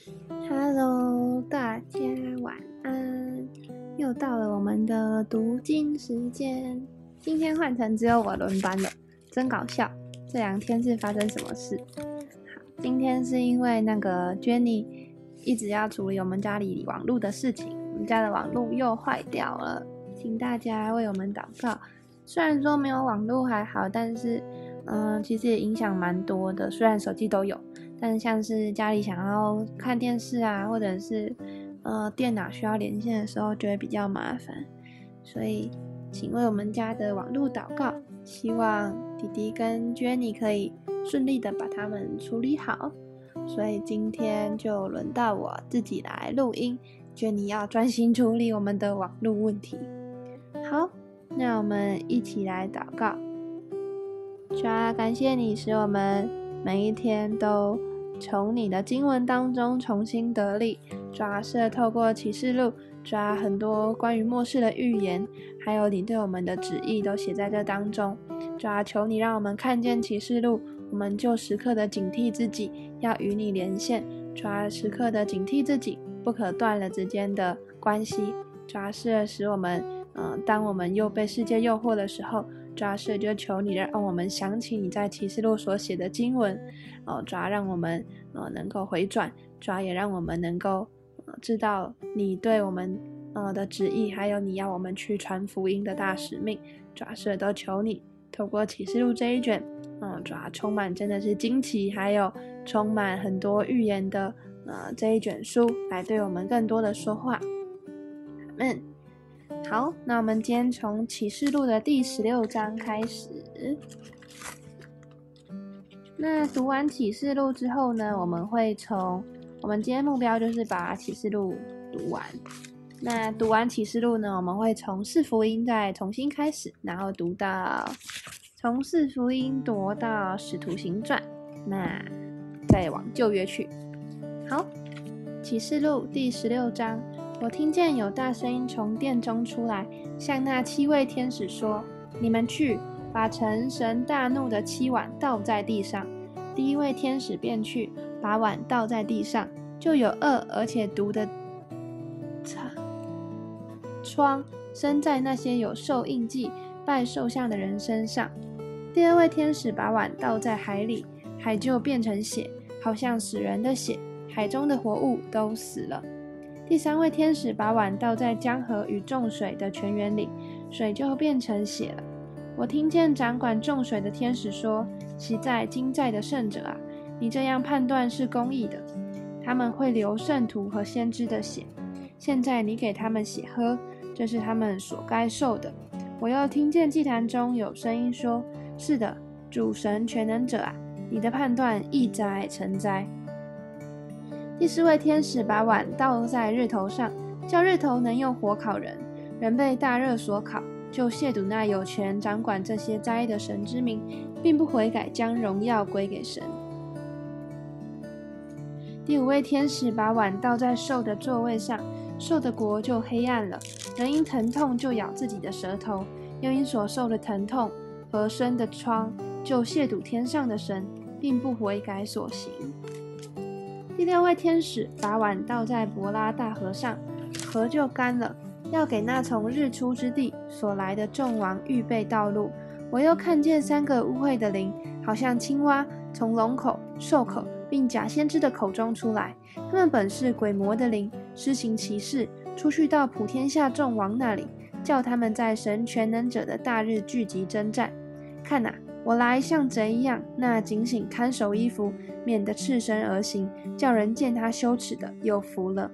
Hello，大家晚安！又到了我们的读经时间，今天换成只有我轮班了，真搞笑。这2天是发生什么事？好，今天是因为那个 Jenny 一直要处理我们家里网络的事情，我们家的网络又坏掉了，请大家为我们祷告。虽然说没有网络还好，但是其实也影响蛮多的。虽然手机都有，但像是家里想要看电视啊，或者是电脑需要连线的时候，就会比较麻烦。所以请为我们家的网络祷告，希望弟弟跟 Jenny 可以顺利的把它们处理好。所以今天就轮到我自己来录音， Jenny 要专心处理我们的网络问题。好，那我们一起来祷告。主啊，感谢你使我们每一天都从你的经文当中重新得力。主啊，是透过启示录，主啊，很多关于末世的预言，还有你对我们的旨意都写在这当中。主啊，求你让我们看见启示录，我们就时刻的警惕自己，要与你连线。主啊，时刻的警惕自己，不可断了之间的关系。主啊，是使我们当我们又被世界诱惑的时候，主啊，是就求你让我们想起你在启示录所写的经文，主啊，让我们能够回转，主啊，也让我们能够知道你对我们的旨意，还有你要我们去传福音的大使命。主啊，是都求你透过启示录这一卷，主啊，充满真的是惊奇，还有充满很多预言的这一卷书，来对我们更多的说话。阿们。好，那我们今天从启示录的第16章开始。那读完启示录之后呢，我们今天目标就是把启示录读完。那读完启示录呢，我们会从4福音再重新开始，然后从4福音读到使徒行传，那再往旧约去。好，启示录第16章。我听见有大声音从殿中出来，向那7位天使说：你们去，把盛神大怒的7碗倒在地上。第1位天使便去，把碗倒在地上，就有恶而且毒的疮生在那些有兽印记、拜兽像的人身上。第2位天使把碗倒在海里，海就变成血，好像死人的血，海中的活物都死了。第3位天使把碗倒在江河与众水的泉源里，水就变成血了。我听见掌管众水的天使说：昔在今在的圣者啊，你这样判断是公义的。他们会流圣徒和先知的血，现在你给他们血喝，这是他们所该受的。我又听见祭坛中有声音说：是的，主神全能者啊，你的判断易哉成哉。第4位天使把碗倒在日头上，叫日头能用火烤人，人被大热所烤，就亵渎那有权掌管这些灾的神之名，并不悔改，将荣耀归给神。第5位天使把碗倒在兽的座位上，兽的国就黑暗了，人因疼痛就咬自己的舌头，又因所受的疼痛和生的疮，就亵渎天上的神，并不悔改所行。第6位天使把碗倒在伯拉大河上，河就干了，要给那从日出之地所来的众王预备道路。我又看见3个污秽的灵，好像青蛙，从龙口、兽口并假先知的口中出来。他们本是鬼魔的灵，施行奇事，出去到普天下众王那里，叫他们在神全能者的大日聚集征战。看哪，我来像贼一样，那警醒看守衣服，免得赤身而行，叫人见他羞耻的有福了。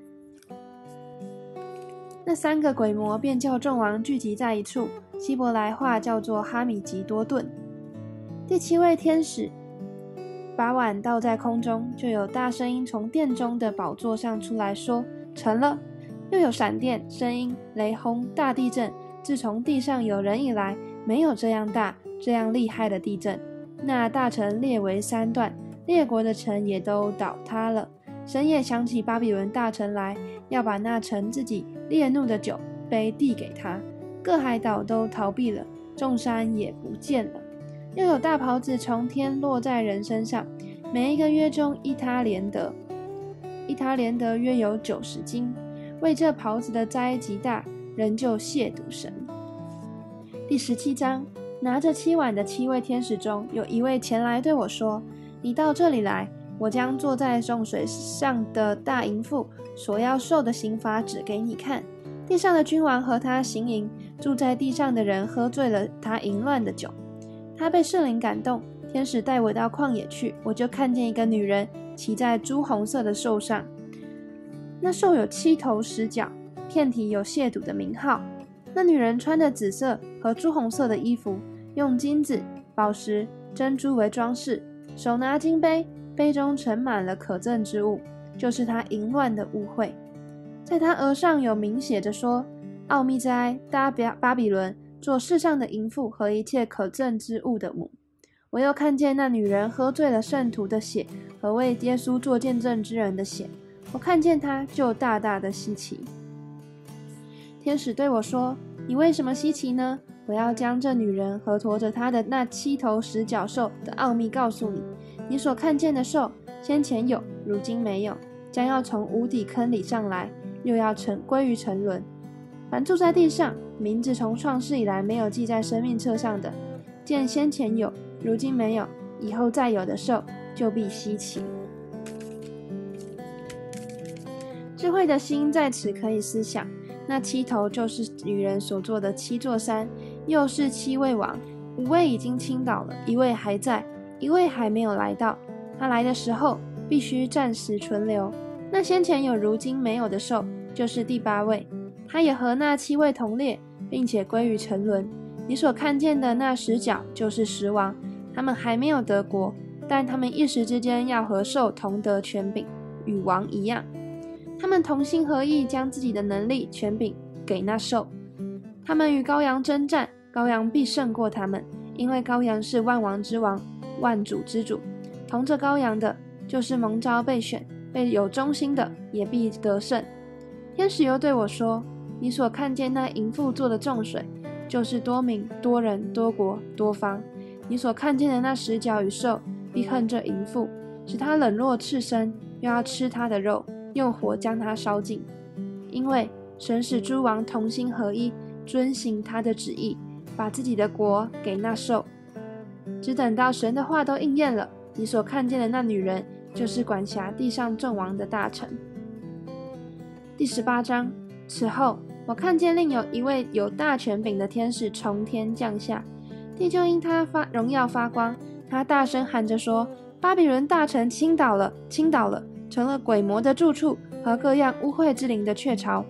那3个鬼魔便叫众王聚集在一处，希伯来话叫做哈米吉多顿。第7位天使把碗倒在空中，就有大声音从殿中的宝座上出来说：成了。又有闪电、声音、雷轰、大地震，自从地上有人以来，没有这样大、这样厉害的地震。那大城裂为3段，列国的城也都倒塌了。神也想起巴比伦大城来，要把那城自己烈怒的酒杯递给他。各海岛都逃避了，众山也不见了。又有大袍子从天落在人身上，每一个约中1他连得。 一他连得约有90斤，为这袍子的灾极大，仍旧亵渎神。第17章，拿着7碗的7位天使中，有一位前来对我说：“你到这里来，我将坐在众水上的大淫妇所要受的刑罚指给你看。地上的君王和他行淫，住在地上的人喝醉了他淫乱的酒。他被圣灵感动，天使带我到旷野去，我就看见一个女人骑在朱红色的兽上，那兽有7头10角，遍体有亵渎的名号。那女人穿着紫色和朱红色的衣服，用金子、宝石、珍珠为装饰，手拿金杯，杯中盛满了可憎之物，就是她淫乱的污秽。在她额上有明写着说：奥秘之哀，大巴比伦，做世上的淫妇和一切可憎之物的母。我又看见那女人喝醉了圣徒的血和为耶稣做见证之人的血，我看见她就大大的稀奇。天使对我说：你为什么稀奇呢？我要将这女人和驮着她的那7头10角兽的奥秘告诉你。你所看见的兽，先前有，如今没有，将要从无底坑里上来，又要归于沉沦。凡住在地上，名字从创世以来没有记在生命册上的，见先前有，如今没有，以后再有的兽，就必稀奇。智慧的心在此可以思想，那7头就是女人所做的7座山，又是7位王，5位已经倾倒了，1位还在，1位还没有来到。他来的时候，必须暂时存留。那先前有如今没有的兽，就是第8位，他也和那7位同列，并且归于沉沦。你所看见的那10角，就是10王，他们还没有得国，但他们一时之间要和兽同得权柄，与王一样。他们同心合意，将自己的能力、权柄给那兽。他们与羔羊征战，羔羊必胜过他们，因为羔羊是万王之王，万主之主。同着羔羊的，就是蒙召被选、被有忠心的，也必得胜。天使又对我说：你所看见那淫妇做的众水，就是多民、多人、多国、多方。你所看见的那10角与兽，必恨这淫妇，使她冷若赤身，又要吃她的肉，用火将她烧尽。因为神使诸王同心合一，遵行他的旨意，把自己的国给那兽。只等到神的话都应验了，你所看见的那女人，就是管辖地上众王的大臣。第18章，此后我看见另有一位有大权柄的天使从天降下，地就因他荣耀发光。他大声喊着说：巴比伦大城倾倒了，倾倒了，成了鬼魔的住处和各样污秽之灵的雀巢，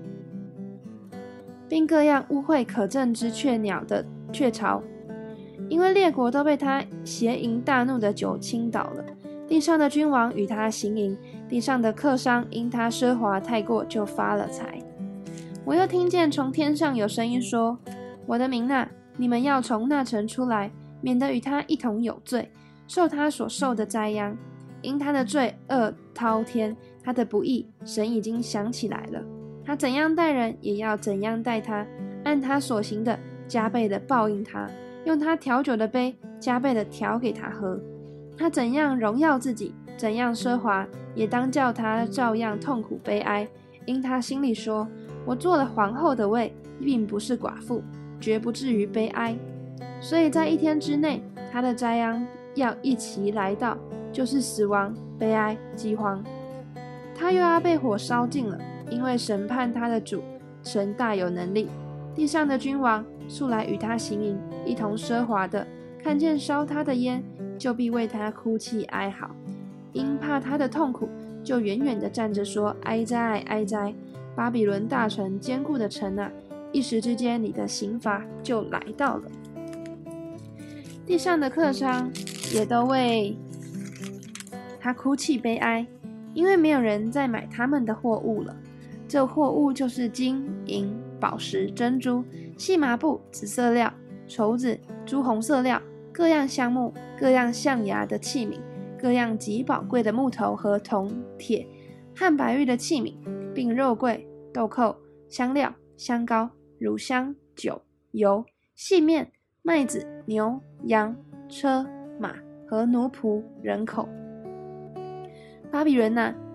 并各样污秽可憎之雀鸟的雀巢。因为列国都被他邪淫大怒的酒倾倒了，地上的君王与他行淫，地上的客商因他奢华太过就发了财。我又听见从天上有声音说：我的民啊，你们要从那城出来，免得与他一同有罪，受他所受的灾殃。因他的罪恶滔天，他的不义神已经想起来了。他怎样待人，也要怎样待他，按他所行的加倍的报应他，用他调酒的杯加倍的调给他喝。他怎样荣耀自己，怎样奢华，也当叫他照样痛苦悲哀。因他心里说：我做了皇后的位，并不是寡妇，绝不至于悲哀。所以在1天之内，他的灾殃要一齐来到，就是死亡、悲哀、饥荒。他又要被火烧尽了，因为审判他的主神大有能力。地上的君王素来与他行淫，一同奢华的，看见烧他的烟，就必为他哭泣哀嚎。因怕他的痛苦，就远远地站着说：哀哉，哀哉！巴比伦大城，坚固的城啊，一时之间你的刑罚就来到了。地上的客商也都为他哭泣悲哀，因为没有人再买他们的货物了。这货物就是金银宝石珍珠细麻布紫色料绸子朱红色料各样橡木各样象牙的器皿各样极宝贵的木头和铜铁和白玉的器皿，并肉桂豆蔻香料香膏乳香酒油细面麦子牛羊车马和奴仆人口。巴比伦啊，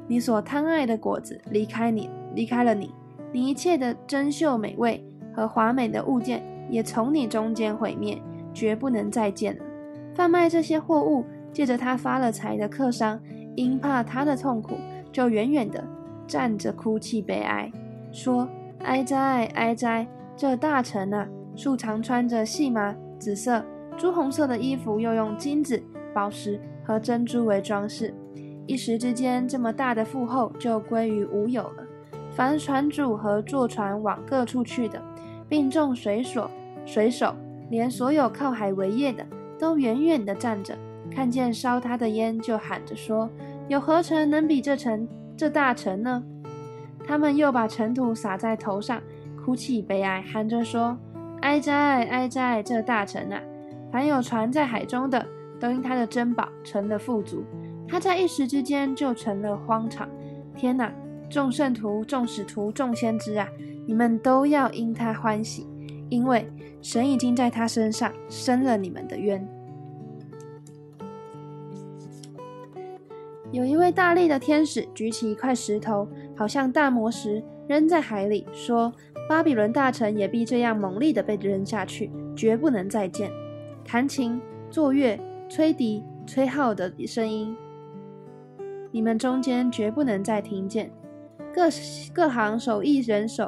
你所贪爱的果子离开了你，你一切的珍馐美味和华美的物件也从你中间毁灭，绝不能再见了。贩卖这些货物，借着他发了财的客商，因怕他的痛苦，就远远的站着哭泣悲哀，说：哀哉，哀哉！这大城啊，素常穿着细麻、紫色、朱红色的衣服，又用金子、宝石和珍珠为装饰。一时之间，这么大的富厚就归于无有了。凡船主和坐船往各处去的，并众水手，连所有靠海为业的，都远远地站着，看见烧他的烟，就喊着说：有何城能比这大城呢？他们又把尘土撒在头上，哭泣悲哀，喊着说：哀哉，哀哉！这大城啊！凡有船在海中的，都因他的珍宝成了富足。他在一时之间就成了荒场。天哪！众圣徒、众使徒、众先知啊，你们都要因他欢喜，因为神已经在他身上伸了你们的冤。有一位大力的天使举起一块石头，好像大磨石，扔在海里，说：巴比伦大城也必这样猛力地被扔下去，绝不能再见。弹琴、作乐、吹笛、吹号的声音，你们中间绝不能再听见。各行手艺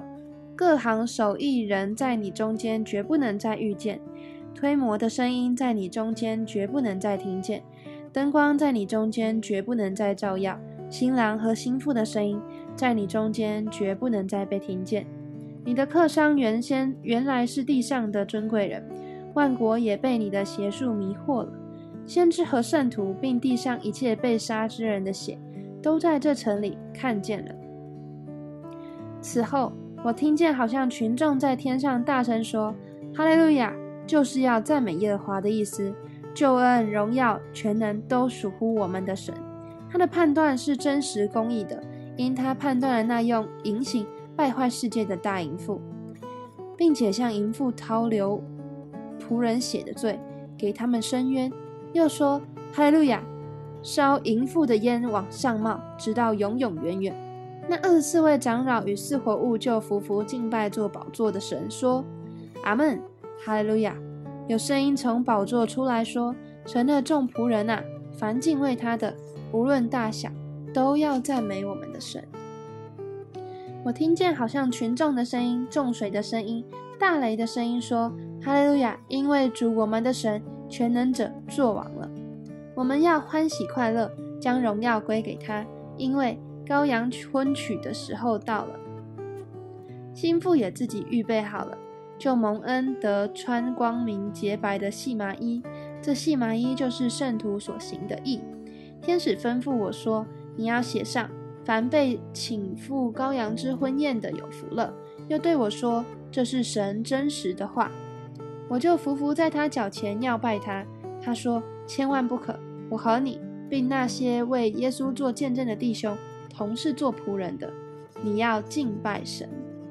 人在你中间绝不能再遇见。推磨的声音在你中间绝不能再听见。灯光在你中间绝不能再照耀。新郎和新妇的声音在你中间绝不能再被听见。你的客商原来是地上的尊贵人，万国也被你的邪术迷惑了。先知和圣徒并地上一切被杀之人的血，都在这城里看见了。此后，我听见好像群众在天上大声说：哈利路亚！就是要赞美耶和华的意思。救恩、荣耀、全能都属乎我们的神。他的判断是真实公义的，因他判断了那用淫行败坏世界的大淫妇，并且向淫妇掏流仆人血的罪，给他们伸冤。又说：哈利路亚！烧淫妇的烟往上冒，直到永永远远。那24位长老与4活物就匍匐敬拜做宝座的神，说：阿们，哈利路亚！有声音从宝座出来说：神的众仆人啊，凡敬畏他的，无论大小，都要赞美我们的神。我听见好像群众的声音、众水的声音、大雷的声音说：哈利路亚！因为主我们的神全能者作王了。我们要欢喜快乐，将荣耀归给他，因为羔羊婚娶的时候到了，新妇也自己预备好了，就蒙恩得穿光明洁白的细麻衣。这细麻衣就是圣徒所行的义。天使吩咐我说：你要写上，凡被请赴羔羊之婚宴的有福了。又对我说：这是神真实的话。我就匍匐在他脚前要拜他。他说：千万不可，我和你并那些为耶稣做见证的弟兄同是做仆人的，你要敬拜神。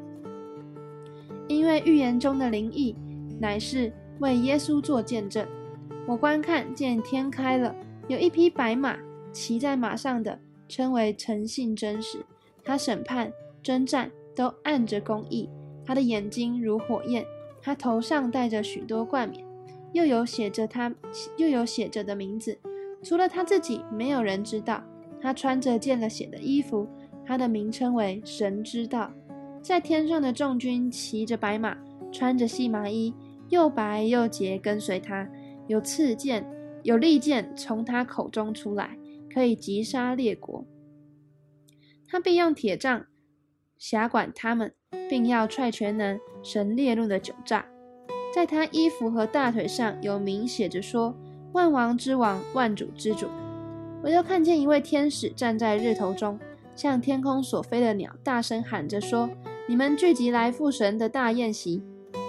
因为预言中的灵意乃是为耶稣做见证。我观看，见天开了，有一匹白马，骑在马上的称为诚信真实。他审判、征战都按着公义。他的眼睛如火焰，他头上戴着许多冠冕，又有写着的名字，除了他自己，没有人知道。他穿着见了血的衣服，他的名称为神知道。在天上的众军骑着白马，穿着细麻衣，又白又洁，跟随他。有利剑从他口中出来，可以击杀列国。他必用铁杖辖管他们，并要踹全能神烈怒的酒榨。在他衣服和大腿上有名写着说：万王之王，万主之主。我又看见一位天使站在日头中，向天空所飞的鸟大声喊着说：你们聚集来赴神的大宴席，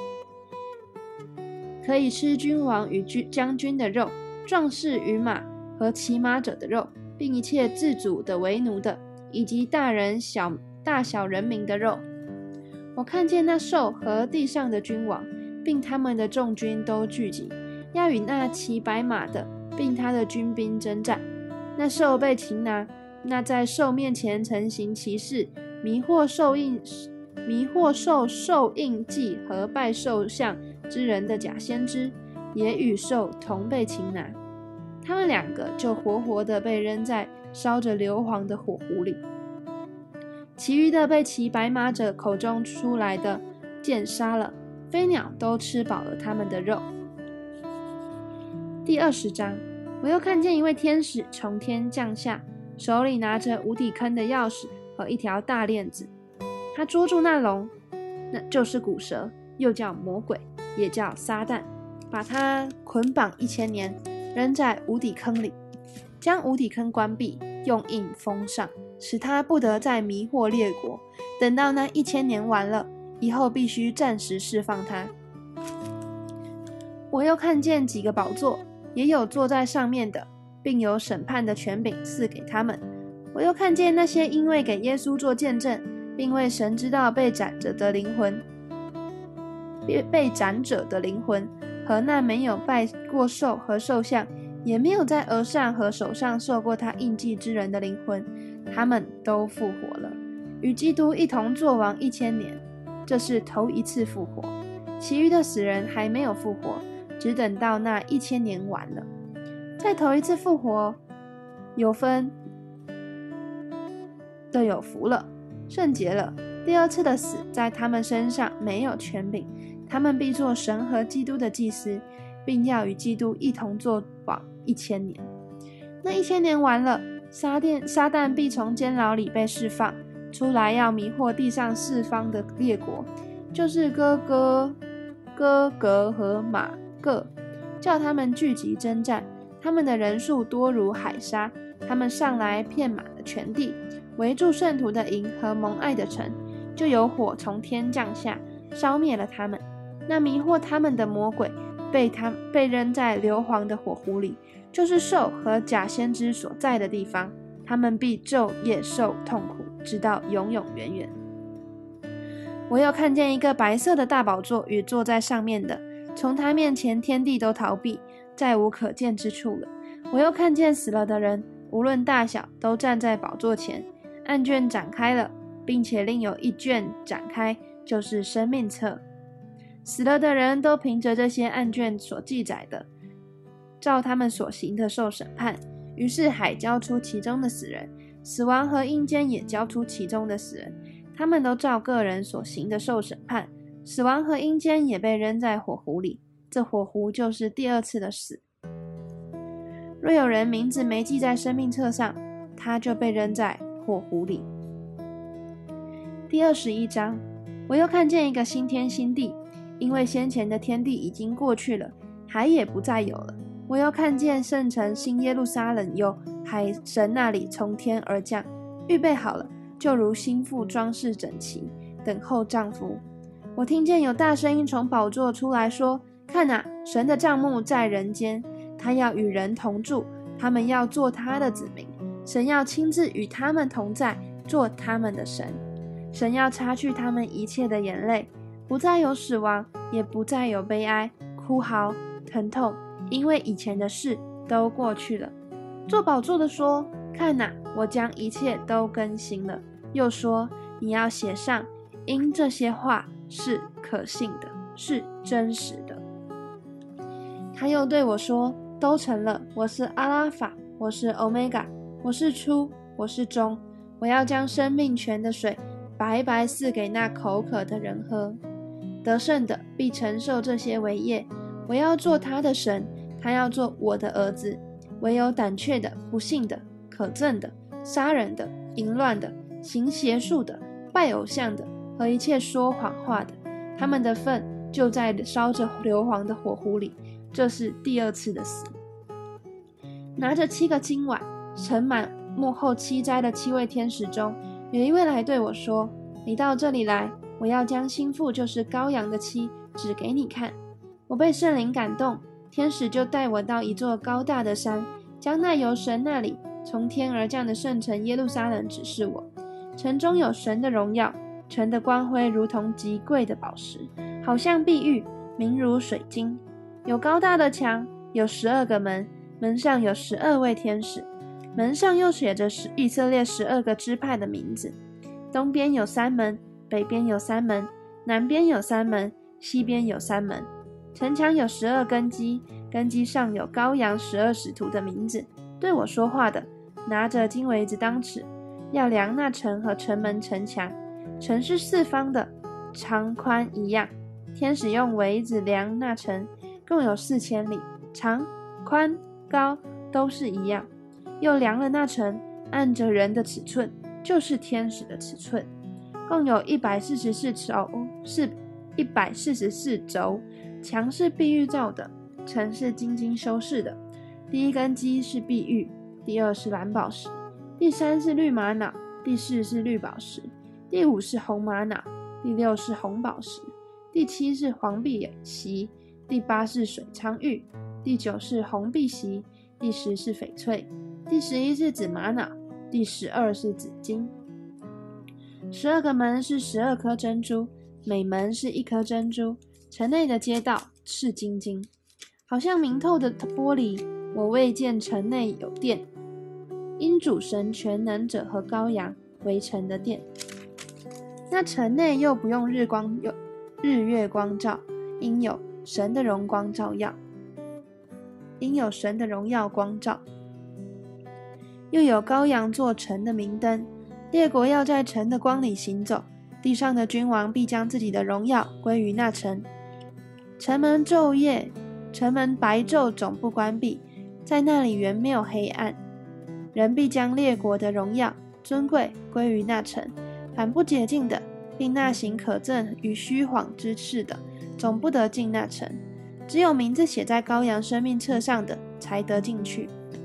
可以吃君王与将军的肉，壮士与马和骑马者的肉，并一切自主的为奴的，以及大小人民的肉。我看见那兽和地上的君王，并他们的众军都聚集，要与那骑白马的并他的军兵征战。那兽被擒拿， 那在兽面前曾行其事，迷惑受印记和拜兽像之人的假先知，也与兽同被擒拿。他们两个就活活的被扔在烧着硫磺的火湖里。其余的被骑白马者口中出来的剑杀了，飞鸟都吃饱了他们的肉。第20章，我又看见一位天使从天降下，手里拿着无底坑的钥匙和一条大链子。他捉住那龙，那就是古蛇，又叫魔鬼，也叫撒旦，把他捆绑1000年，扔在无底坑里，将无底坑关闭，用印封上，使他不得再迷惑列国。等到那1000年完了以后，必须暂时释放他。我又看见几个宝座，也有坐在上面的，并有审判的权柄赐给他们。我又看见那些因为给耶稣做见证，并为神知道被斩者的灵魂，和那没有拜过兽和兽像，也没有在额上和手上受过他印记之人的灵魂，他们都复活了，与基督一同作王1000年。这是头一次复活，其余的死人还没有复活，只等到那1000年完了。在头一次复活有分的有福了，圣洁了。第二次的死在他们身上没有权柄，他们必做神和基督的祭司，并要与基督一同作王1000年。那1000年完了，撒旦必从监牢里被释放出来，要迷惑地上四方的列国，就是哥格和马各，叫他们聚集征战。他们的人数多如海沙，他们上来遍满了全地，围住圣徒的营和蒙爱的城，就有火从天降下，烧灭了他们。那迷惑他们的魔鬼被扔在硫磺的火湖里，就是兽和假先知所在的地方，他们必昼夜受痛苦，直到永永远远。我又看见一个白色的大宝座与坐在上面的，从他面前天地都逃避，再无可见之处了。我又看见死了的人，无论大小，都站在宝座前，案卷展开了，并且另有一卷展开，就是生命册。死了的人都凭着这些案卷所记载的，照他们所行的受审判。于是海交出其中的死人，死亡和阴间也交出其中的死人，他们都照个人所行的受审判。死亡和阴间也被扔在火湖里，这火湖就是第二次的死。若有人名字没记在生命册上，他就被扔在火湖里。第21章，我又看见一个新天新地，因为先前的天地已经过去了，海也不再有了。我又看见圣城新耶路撒冷由海神那里从天而降，预备好了，就如新妇装饰整齐，等候丈夫。我听见有大声音从宝座出来说，看啊，神的帐幕在人间，他要与人同住，他们要做他的子民，神要亲自与他们同在，做他们的神。神要擦去他们一切的眼泪，不再有死亡，也不再有悲哀、哭嚎、疼痛，因为以前的事都过去了。坐宝座的说，看哪，我将一切都更新了。又说，你要写上，因这些话是可信的，是真实的。他又对我说，都成了，我是阿拉法，我是欧米伽，我是初，我是终，我要将生命泉的水白白赐给那口渴的人喝。得胜的必承受这些为业，我要做他的神，他要做我的儿子。唯有胆怯的、不信的、可憎的、杀人的、淫乱的、行邪术的、拜偶像的和一切说谎话的，他们的份就在烧着硫磺的火湖里。这是第二次的死。拿着7个金碗盛满幕后7灾的7位天使中，有一位来对我说，你到这里来，我要将新妇，就是羔羊的妻指给你看。我被圣灵感动，天使就带我到一座高大的山，将那由神那里从天而降的圣城耶路撒冷指示我。城中有神的荣耀，城的光辉如同极贵的宝石，好像碧玉，明如水晶。有高大的墙，有12个门，门上有12位天使。 门上又写着以色列12个支派的名字。东边有3门，北边有3门，南边有3门，西边有3门。城墙有12根基，根基上有羔羊12使徒的名字。对我说话的拿着金围子当尺，要量那城和城门城墙。城是4方的，长宽一样。天使用围子量那城，共有4000里，长、宽、高都是一样。又量了那城，按着人的尺寸，就是天使的尺寸，共有144轴。墙是碧玉造的，城是金金修饰的。第1根基是碧玉，第2是蓝宝石，第3是绿玛瑙，第4是绿宝石，第5是红玛瑙，第6是红宝石，第7是黄碧玺，第8是水苍玉，第9是红碧玺，第10是翡翠，第11是紫玛瑙，第12是紫金。12个门是12颗珍珠，每门是1颗珍珠。城内的街道赤晶晶，好像明透的玻璃。我未见城内有殿，因主神全能者和羔羊为城的殿。那城内又不用日月光照，因有神的荣光照耀，光照。又有羔羊做城的明灯，列国要在城的光里行走，地上的君王必将自己的荣耀归于那城。城门白昼总不关闭，在那里原没有黑暗。人必将列国的荣耀尊贵归于那城，凡不洁净的，并那行可憎与虚谎之事的，总不得进那城。只有名字写在羔羊生命册上的，才得进去。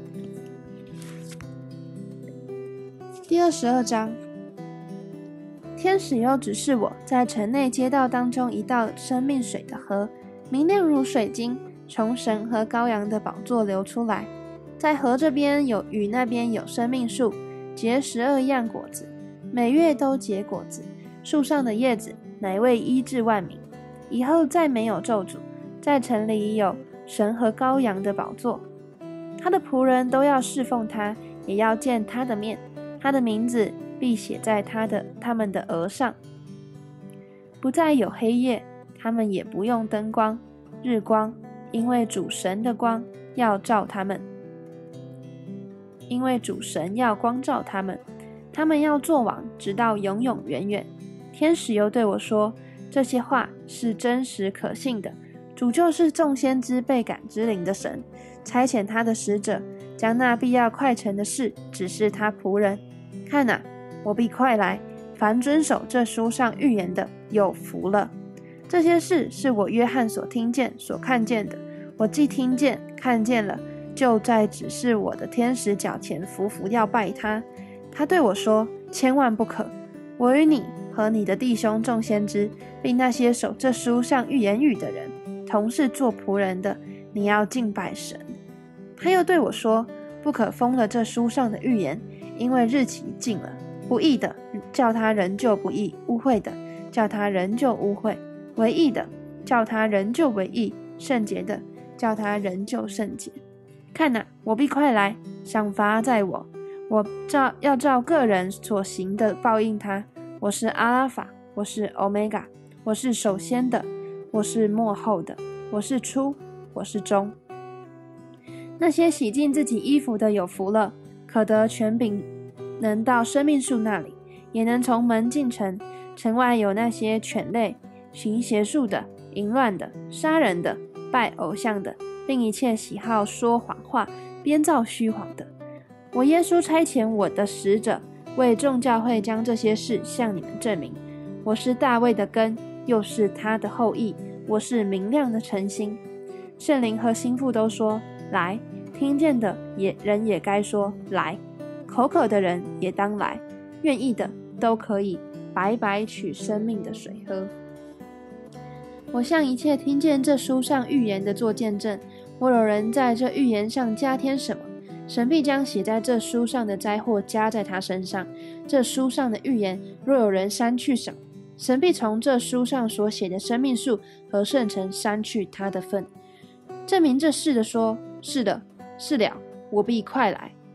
第22章，天使又指示我在城内街道当中一道生命水的河，明亮如水晶，从神和羔羊的宝座流出来。在河这边与那边有生命树，结12样果子，每月都结果子。树上的叶子乃为医治万民。以后再没有咒诅，在城里有神和羔羊的宝座，他的仆人都要侍奉他，也要见他的面，他的名字必写在他们的额上。不再有黑夜，他们也不用灯光、日光，因为主神的光要照他们。因为主神要光照他们，他们要作王，直到永永远远。天使又对我说，这些话是真实可信的。主就是众先知被感之灵的神，差遣他的使者，将那必要快成的事指示他仆人。看啊，我必快来，凡遵守这书上预言的，有福了。这些事是我约翰所听见、所看见的。我既听见、看见了，就在指示我的天使脚前匍匐要拜他。他对我说，千万不可，我与你和你的弟兄众先知，并那些守这书上预言语的人，同是做仆人的，你要敬拜神。他又对我说，不可封了这书上的预言，因为日期近了。不义的叫他仍旧不义，污秽的叫他仍旧污秽，为义的叫他仍旧为义，圣洁的叫他仍旧圣洁。看哪，我必快来，赏罚在我，要照个人所行的报应他。我是阿拉法，我是欧米伽，我是首先的，我是末后的，我是初，我是终。那些洗净自己衣服的有福了，可得权柄，能到生命树那里，也能从门进城。城外有那些犬类、行邪术的、淫乱的、杀人的、拜偶像的，并一切喜好说谎话、编造虚谎的。我耶稣差遣我的使者，为众教会将这些事向你们证明。我是大卫的根，又是他的后裔，我是明亮的晨星。圣灵和心腹都说来，听见的人也该说来，口渴的人也当来，愿意的都可以白白取生命的水喝。我向一切听见这书上预言的做见证，若有人在这预言上加添什么，神必将写在这书上的灾祸加在他身上。这书上的预言若有人删去什么，神必从这书上所写的生命树和圣城删去他的份。证明这事的说，是的，是了，我必快来。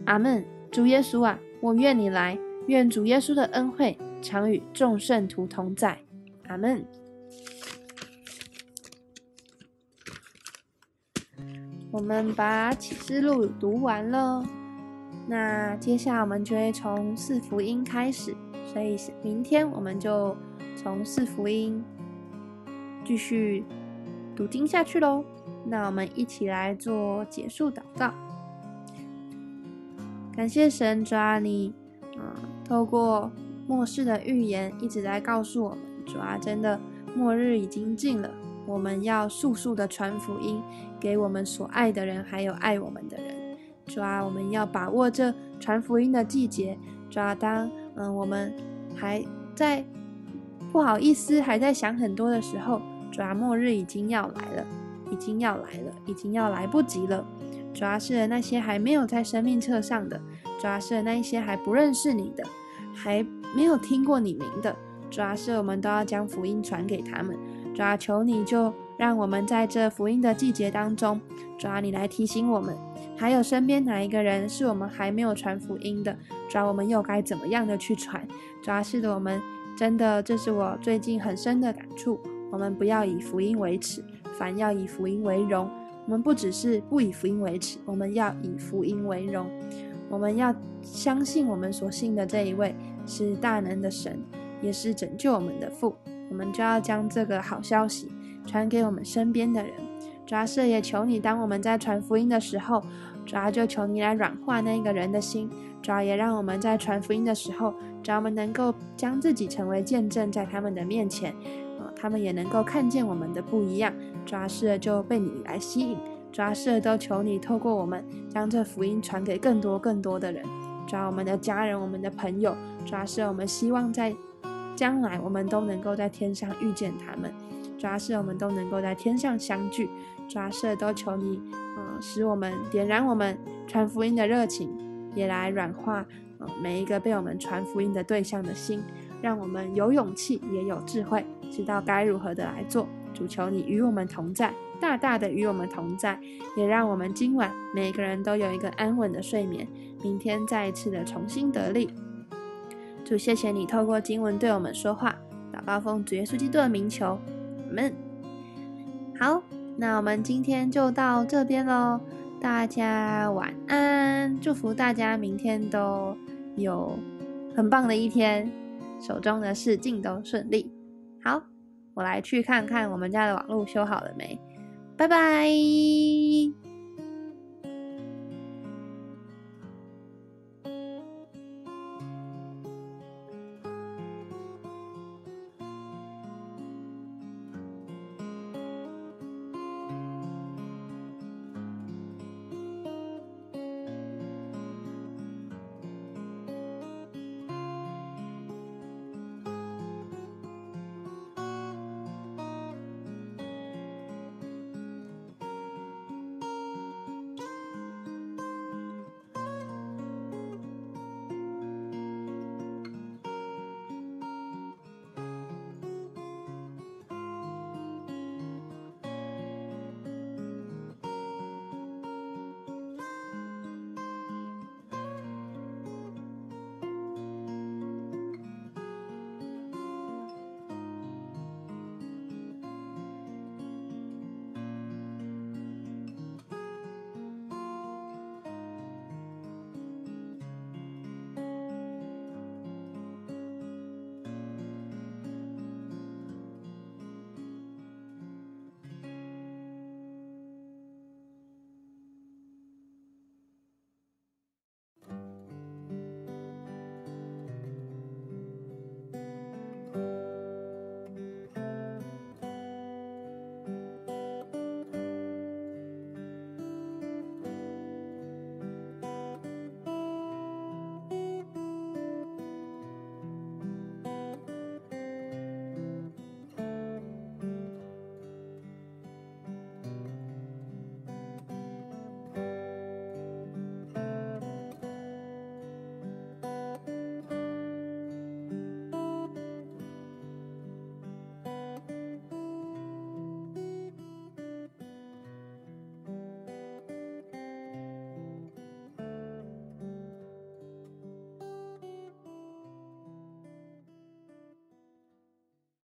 阿们。主耶稣啊，我愿你来，愿主耶稣的恩惠常与众圣徒同在。阿们。我们把启示录读完了，那接下来我们就会从四福音开始，所以明天我们就从四福音继续读经下去咯。那我们一起来做结束祷告。感谢神，主啊，你透过末世的预言一直在告诉我们，主啊，真的末日已经近了，我们要速速的传福音给我们所爱的人，还有爱我们的人。主啊，我们要把握这传福音的季节。主啊，当我们还在不好意思，还在想很多的时候，主啊，末日已经要来了，已经要来不及了。主要是那些还没有在生命册上的，主要是那一些还不认识你的，还没有听过你名的，主要是我们都要将福音传给他们。主要求你就让我们在这福音的季节当中，主要你来提醒我们，还有身边哪一个人是我们还没有传福音的，主要我们又该怎么样的去传。主要是的，我们真的，这是我最近很深的感触，我们不要以福音为耻，反要以福音为荣。我们不只是不以福音为耻，我们要以福音为荣。我们要相信我们所信的这一位是大能的神，也是拯救我们的父。我们就要将这个好消息传给我们身边的人。主要是也求你，当我们在传福音的时候，主要就求你来软化那个人的心。主要也让我们在传福音的时候，主要我们能够将自己成为见证在他们的面前，他们也能够看见我们的不一样。主要是就被你来吸引，主要是都求你透过我们将这福音传给更多更多的人。主要我们的家人，我们的朋友，主要是我们希望在将来我们都能够在天上遇见他们，主要是我们都能够在天上相聚。主要是都求你使我们点燃我们传福音的热情，也来软化每一个被我们传福音的对象的心，让我们有勇气也有智慧，知道该如何的来做。主求你与我们同在，大大的与我们同在，也让我们今晚每个人都有一个安稳的睡眠，明天再一次的重新得力。主，谢谢你透过经文对我们说话，祷告奉主耶稣基督的名求，阿们。好，那我们今天就到这边咯，大家晚安，祝福大家明天都有很棒的一天，手中的事尽都顺利。好，我来去看看我们家的网络修好了没，拜拜。